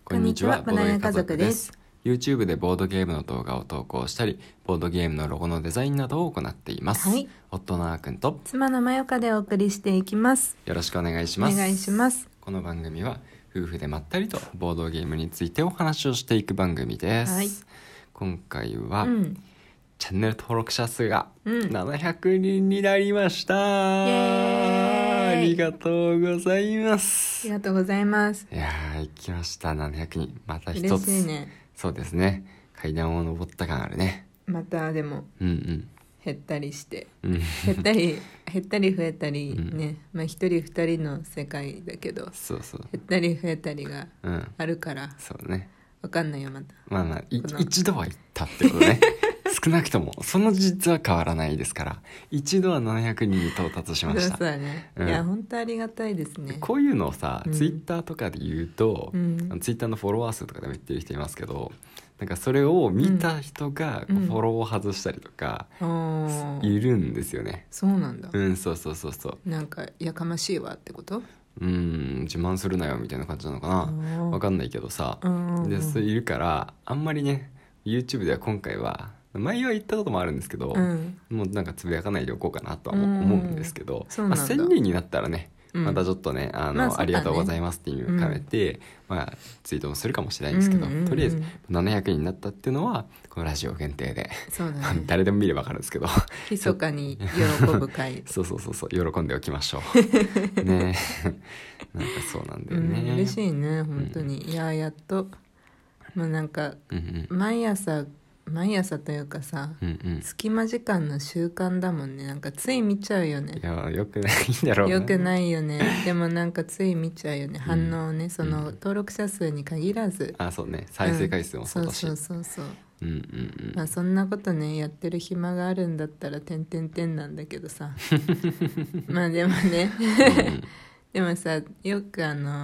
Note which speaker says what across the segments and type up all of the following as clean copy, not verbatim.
Speaker 1: こんにちは、バナナ家族です。
Speaker 2: YouTube でボードゲームの動画を投稿したり、ボードゲームのロゴのデザインなどを行っています、
Speaker 1: はい、
Speaker 2: 夫のあーくんと
Speaker 1: 妻のまよかでお送りしていきます。
Speaker 2: よろしくお願いします。
Speaker 1: お願いします。
Speaker 2: この番組は夫婦でまったりとボードゲームについてお話をしていく番組です、
Speaker 1: はい、
Speaker 2: 今回は、チャンネル登録者数が700人になりました、ありがとうございます。
Speaker 1: ありがとうございます。
Speaker 2: いやー、行きました700人。また一つ
Speaker 1: 嬉しいね。
Speaker 2: そうですね、階段を登った感あるね。
Speaker 1: またでも減ったりして、減ったり増えたりね、まあ一人二人の世界だけど、
Speaker 2: そうそう、
Speaker 1: 減ったり増えたりがあるから、
Speaker 2: そうね、
Speaker 1: わかんないよ。また
Speaker 2: まあ一度は行ったってことね少なくともその事実は変わらないですから、一度は700人に到達しました。
Speaker 1: そうだね、いや本当ありがたいですね。
Speaker 2: こういうのをさ、ツイッターとかで言うと、ツイッターのフォロワー数とかでも言ってる人いますけど、なんかそれを見た人がフォローを外したりとかいるんですよね。
Speaker 1: そうなんだ。
Speaker 2: そう
Speaker 1: なんかやかましいわってこと？
Speaker 2: 自慢するなよみたいな感じなのかな、わかんないけどさ、でそういるからあんまりね YouTube では今回は前は言ったこともあるんですけど、もうなんかつぶやかないでおこうかなとは思うんですけど、1000人になったらね、またちょっとねありがとうございますっていうのを兼ねて、ツイートもするかもしれないんですけど、とりあえず700人になったっていうのはこのラジオ限定で、
Speaker 1: そうだね、
Speaker 2: 誰でも見れば分かるんですけど
Speaker 1: 密かに喜ぶ会
Speaker 2: そう喜んでおきましょうねなんかそうなんだよね、
Speaker 1: 嬉しいね本当に、いややっともうなんか、毎朝というかさ、隙間時間の習慣だもんね。なんかつい見ちゃうよね。
Speaker 2: いやよくないんだろうね。
Speaker 1: よくないよね。でもなんかつい見ちゃうよね、反応をね、その登録者数に限らず、
Speaker 2: そうね、再生回数もそうだし、
Speaker 1: そうまあそんなことねやってる暇があるんだったらなんだけどさまあでもねでもさ、よく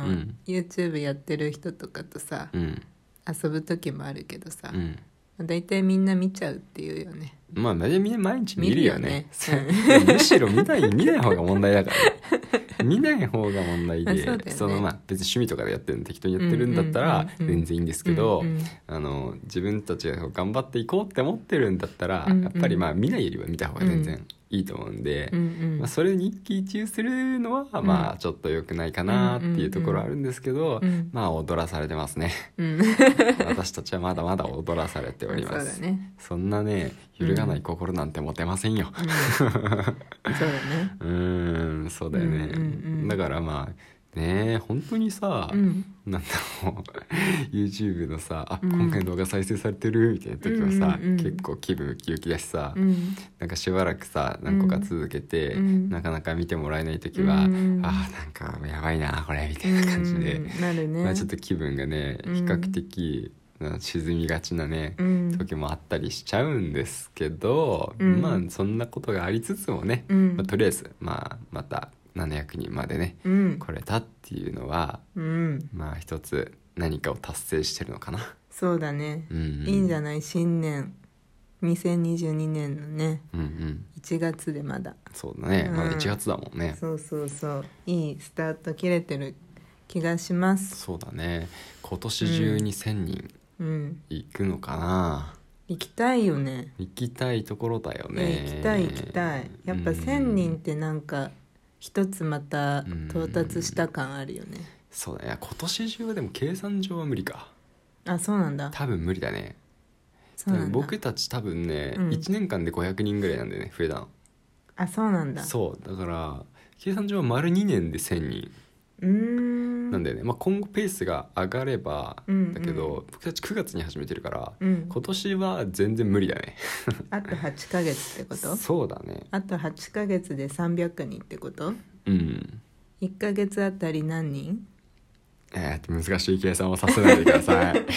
Speaker 1: YouTube やってる人とかとさ、遊ぶ時もあるけどさ、だいたいみんな見ちゃうっていうよね。
Speaker 2: まあ大体みんな毎日見るよね。むしろ見ない方が問題だから見ない方が問題で、別に趣味とかでやってるの適当にやってるんだったら全然いいんですけど、自分たちが頑張っていこうって思ってるんだったら、やっぱり見ないよりは見た方が全然いいと思うんで、それに一喜一憂するのはちょっと良くないかなっていうところはあるんですけど、踊らされてますね、私たちはまだまだ踊らされております。そうだね、そんなね揺るがない心なんて持てませんよ、
Speaker 1: そうだね、
Speaker 2: そうだよね、だから本当にさ、なんだろうYouTube のさ今回の動画再生されてるみたいな時はさ、結構気分ウキウキだしさ、なんかしばらくさ何個か続けて、なかなか見てもらえない時は、なんかやばいなこれみたいな感じで、
Speaker 1: なるね、
Speaker 2: ちょっと気分がね比較的、沈みがちなね、時もあったりしちゃうんですけど、そんなことがありつつもね、とりあえずまた700人までね、来れたっていうのは、一つ何かを達成してるのかな。
Speaker 1: そうだね、いいんじゃない。新年2022年のね、1月でまだ
Speaker 2: そうだね、まだ1月だもんね、
Speaker 1: そういいスタート切れてる気がします。
Speaker 2: そうだね、今年中に1000人行くのかな、
Speaker 1: 行きたいよね。
Speaker 2: 行きたいところだよね。
Speaker 1: 行きたいやっぱ1000人ってなんか一つまた到達した感あるよね。
Speaker 2: そうだね、今年中はでも計算上は無理か。
Speaker 1: そうなんだ。
Speaker 2: 多分無理だね。僕たち多分ね、1年間で500人ぐらいなんだよね、増えたの。
Speaker 1: そうなんだ。
Speaker 2: そうだから計算上は丸2年で1000人なんだよね。今後ペースが上がればだけど、僕たち9月に始めてるから、今年は全然無理だね
Speaker 1: あと8ヶ月ってこと？
Speaker 2: そうだね、
Speaker 1: あと8ヶ月で300人ってこと？1ヶ月あたり何人？
Speaker 2: 難しい計算をさせないでください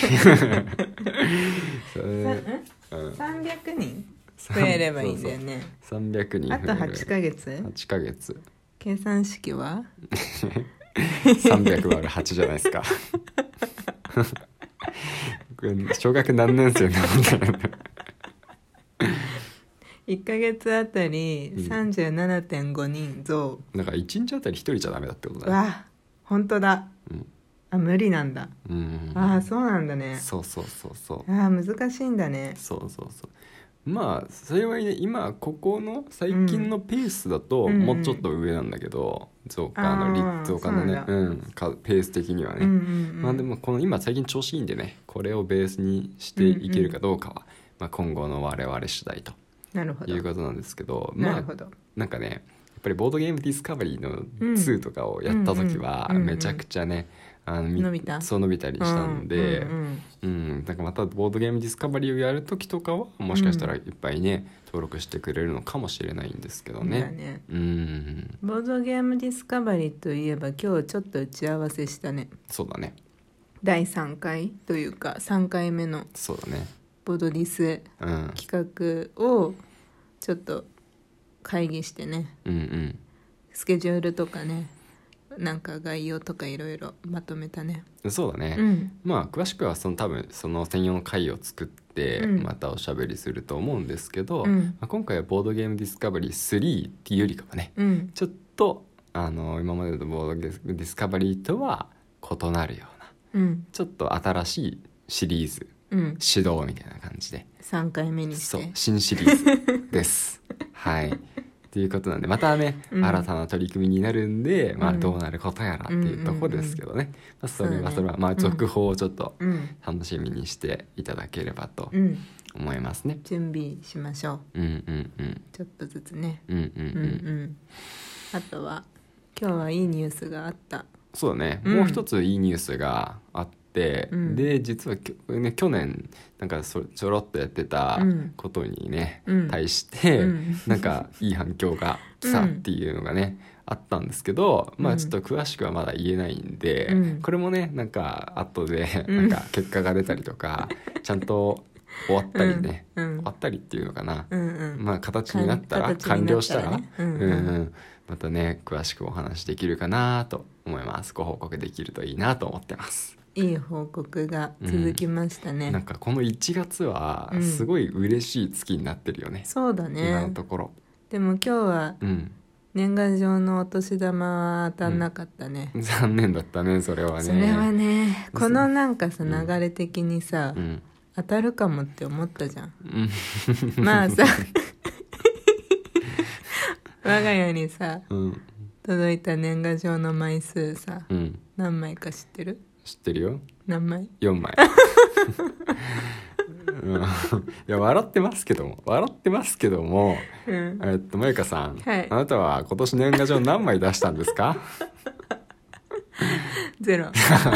Speaker 1: 300人増えればいいんだよね。
Speaker 2: 300人
Speaker 1: あと8ヶ月
Speaker 2: 8ヶ月
Speaker 1: 計算式は
Speaker 2: 300割る8じゃないですか小学何年生なんだろう
Speaker 1: 1ヶ月あたり 37.5 人増、
Speaker 2: だから1日あたり1人じゃダメだってことだね。
Speaker 1: わ本当だ、 無理なんだ。
Speaker 2: あ
Speaker 1: あ、そうなんだね。
Speaker 2: そうそう。
Speaker 1: あ、難しいんだね。
Speaker 2: そう。まあ幸いね、今ここの最近のペースだともうちょっと上なんだけど、増加のね、ペース的にはね、まあでもこの今最近調子いいんでね、これをベースにしていけるかどうかは、まあ、今後の我々次第ということなんですけど、まあなんかね、やっぱりボードゲームディスカバリーの2とかをやった時はめちゃくちゃね、伸びたりしたんで、だからまたボードゲームディスカバリーをやる時とかはもしかしたらいっぱいね、登録してくれるのかもしれないんですけどね。
Speaker 1: ボードゲームディスカバリーといえば今日ちょっと打ち合わせしたね。
Speaker 2: そうだね。
Speaker 1: 第3回というか3回目の
Speaker 2: そうだね、
Speaker 1: ボードディス企画をちょっと会議してね、スケジュールとかね、なんか概要とかいろいろまとめたね。
Speaker 2: そうだね、まあ詳しくは多分その専用の会を作ってまたおしゃべりすると思うんですけど、まあ、今回はボードゲームディスカバリー3っていうよりかはね、ちょっと今までのボードゲームディスカバリーとは異なるような、ちょっと新しいシリーズ、指導みたいな感じで
Speaker 1: 3回目にして、
Speaker 2: そう新シリーズですはいということなんで、またね、新たな取り組みになるんで、まあ、どうなることやらっていうところですけどね、まあ、それはまあ続報をちょっと楽しみにしていただければと思いますね。
Speaker 1: 準備しましょう。ちょっとずつね。あとは今日はいいニュースがあった。
Speaker 2: そうだね、もう一ついいニュースがあって、で実は去年なんかちょろっとやってたことにね、対してなんかいい反響が来たっていうのがね、あったんですけど、まあちょっと詳しくはまだ言えないんで、これもねなんか後でなんか結果が出たりとか、ちゃんと終わったりね、終わったりっていうのかな、まあ形になったら、完了したら、またね詳しくお話できるかなと思います。ご報告できるといいなと思ってます。
Speaker 1: いい報告が続きましたね。
Speaker 2: なんかこの1月はすごい嬉しい月になってるよね。
Speaker 1: そうだね。
Speaker 2: 今のところ。
Speaker 1: でも今日は年賀状のお年玉は当たんなかったね。
Speaker 2: 残念だったね、それはね。
Speaker 1: それはね、このなんかさ、流れ的にさ、当たるかもって思ったじゃん。まあさ我が家にさ、届いた年賀状の枚数さ、何枚か知ってる？
Speaker 2: 知ってるよ。
Speaker 1: 何枚
Speaker 2: ？4枚いや笑ってますけども、まゆかさん、あなたは今年年賀状何枚出したんですか
Speaker 1: ？0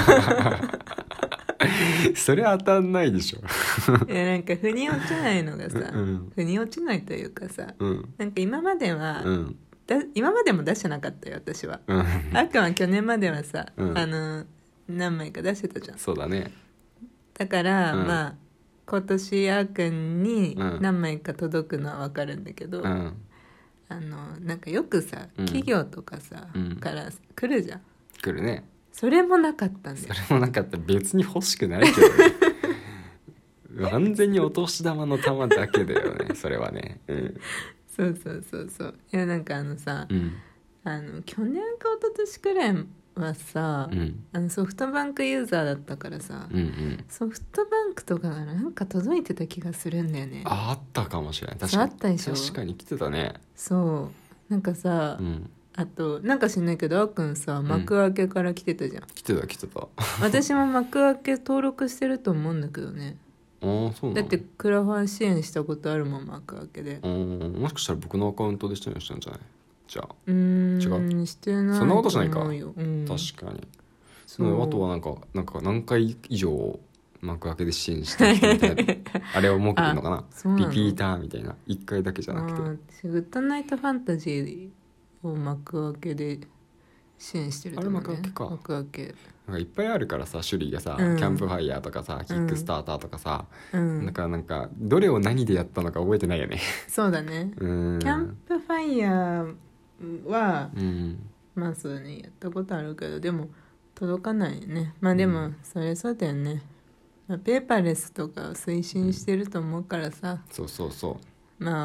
Speaker 2: それ当たんないでしょ
Speaker 1: いやなんか腑に落ちないのがさ、腑に落ちないというかさ、なんか今までは、今までも出してなかったよ私は。あっくんは去年まではさ、何枚か出してたじゃん。
Speaker 2: そうだね。
Speaker 1: だから、まあ今年あっくんに何枚か届くのは分かるんだけど、なんかよくさ、企業とかさ、から来るじゃん。
Speaker 2: 来るね。
Speaker 1: それもなかったんだよ。
Speaker 2: それもなかった。別に欲しくないけどね完全にお年玉の玉だけだよねそれはね。
Speaker 1: そういやなんかさ、去年か一昨年くらいはさ、ソフトバンクユーザーだったからさ、ソフトバンクとかがなんか届いてた気がするんだよね。
Speaker 2: あったかもしれない。確かに
Speaker 1: あったでしょ。
Speaker 2: 確かに来てたね。
Speaker 1: そうなんかさ、あとなんか知んないけどあっくんさ、幕開けから来てたじゃん。
Speaker 2: 来てた
Speaker 1: 私も幕開け登録してると思うんだけどね。
Speaker 2: そうなの？
Speaker 1: だってクラファン支援したことあるもん、幕開けで。
Speaker 2: もしかしたら僕のアカウントでしたんじゃない？じゃあ違
Speaker 1: うしてないと思うよ。
Speaker 2: そんなことしないか、確かに。あとはなんか何回以上幕開けで支援した人みたいなあれを設けてるのかなリピーターみたいな。1回だけじゃなくて、
Speaker 1: 私グッドナイトファンタジーを幕開けで支援してると思うね。
Speaker 2: あれ幕開けか。
Speaker 1: 幕開け
Speaker 2: なんかいっぱいあるからさ、種類がさ、キャンプファイヤーとかさ、キックスターターとかさ、なんかどれを何でやったのか覚えてないよね
Speaker 1: そうだね。キャンプファイヤーは、まあそうね、やったことあるけど、でも届かないよね。まあでもそれそうだよね、ペーパーレスとかを推進してると思うからさ、
Speaker 2: そう
Speaker 1: まあ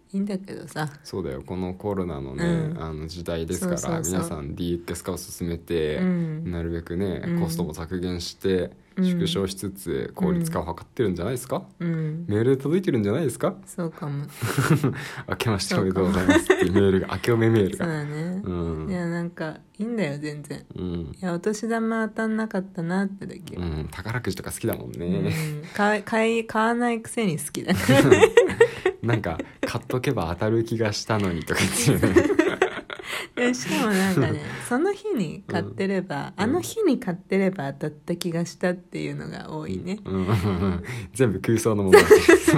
Speaker 1: いいんだけどさ。
Speaker 2: そうだよ、このコロナのね、時代ですから、
Speaker 1: そうそうそう
Speaker 2: 皆さん DX 化を進めて、なるべくね、コストも削減して縮小しつつ効率化を図ってるんじゃないですか、メールで届いてるんじゃないですか。
Speaker 1: そうかも。
Speaker 2: 明けましておめでとうございますっていうメールが、明けおめメールが。
Speaker 1: そうだね、いやなんかいいんだよ全然、いやお年玉当たんなかったなってだけ、
Speaker 2: 宝くじとか好きだもんね、
Speaker 1: 買わないくせに好きだね
Speaker 2: なんか買っとけば当たる気がしたのにとか言ってね
Speaker 1: しかもなんかねその日に買ってれば、あの日に買ってれば当たった気がしたっていうのが多いね、
Speaker 2: 全部空想のものだ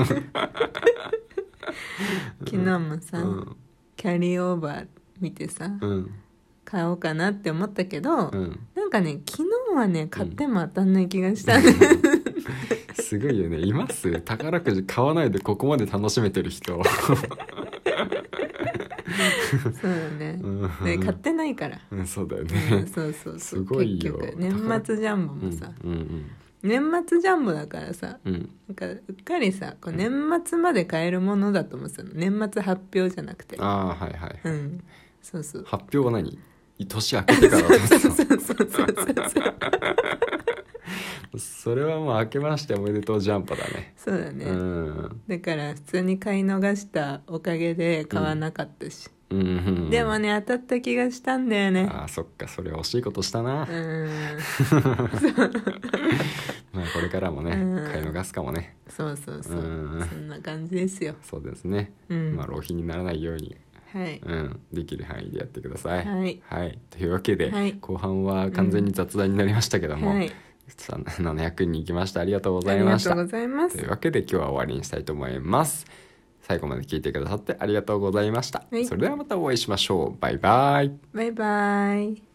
Speaker 1: 昨日もさ、キャリーオーバー見てさ、買おうかなって思ったけど、なんかね昨日はね買っても当たんない気がしたんだ、
Speaker 2: すごいよね。います宝くじ買わないでここまで楽しめてる人
Speaker 1: そうだね、で買ってないから、
Speaker 2: そうだよね、
Speaker 1: そうそうそう、
Speaker 2: すごいよ。
Speaker 1: 結局年末ジャンボもさ、年末ジャンボだからさ、なんかうっかりさこう年末まで買えるものだと思ってたの、年末発表じゃなくて、
Speaker 2: はい、
Speaker 1: そうそう、
Speaker 2: 発表は何、年明けてからだと思ってたそれはもう明けましておめでとうジャンボだね。
Speaker 1: そうだね、だから普通に買い逃したおかげで買わなかったし、でもね当たった気がしたんだよね。
Speaker 2: そっか、それ惜しいことしたな。まあこれからもね、買い逃すかもね。そうそんな感じですよ。そうですね、まあ浪費にならないように、できる範囲でやってください。というわけで、後半は完全に雑談になりましたけども、700人行きました。ありがとうございました。というわけで今日は終わりにしたいと思います。最後まで聞いてくださってありがとうございました。それではまたお会いしましょう。バイバイ。バイバイ。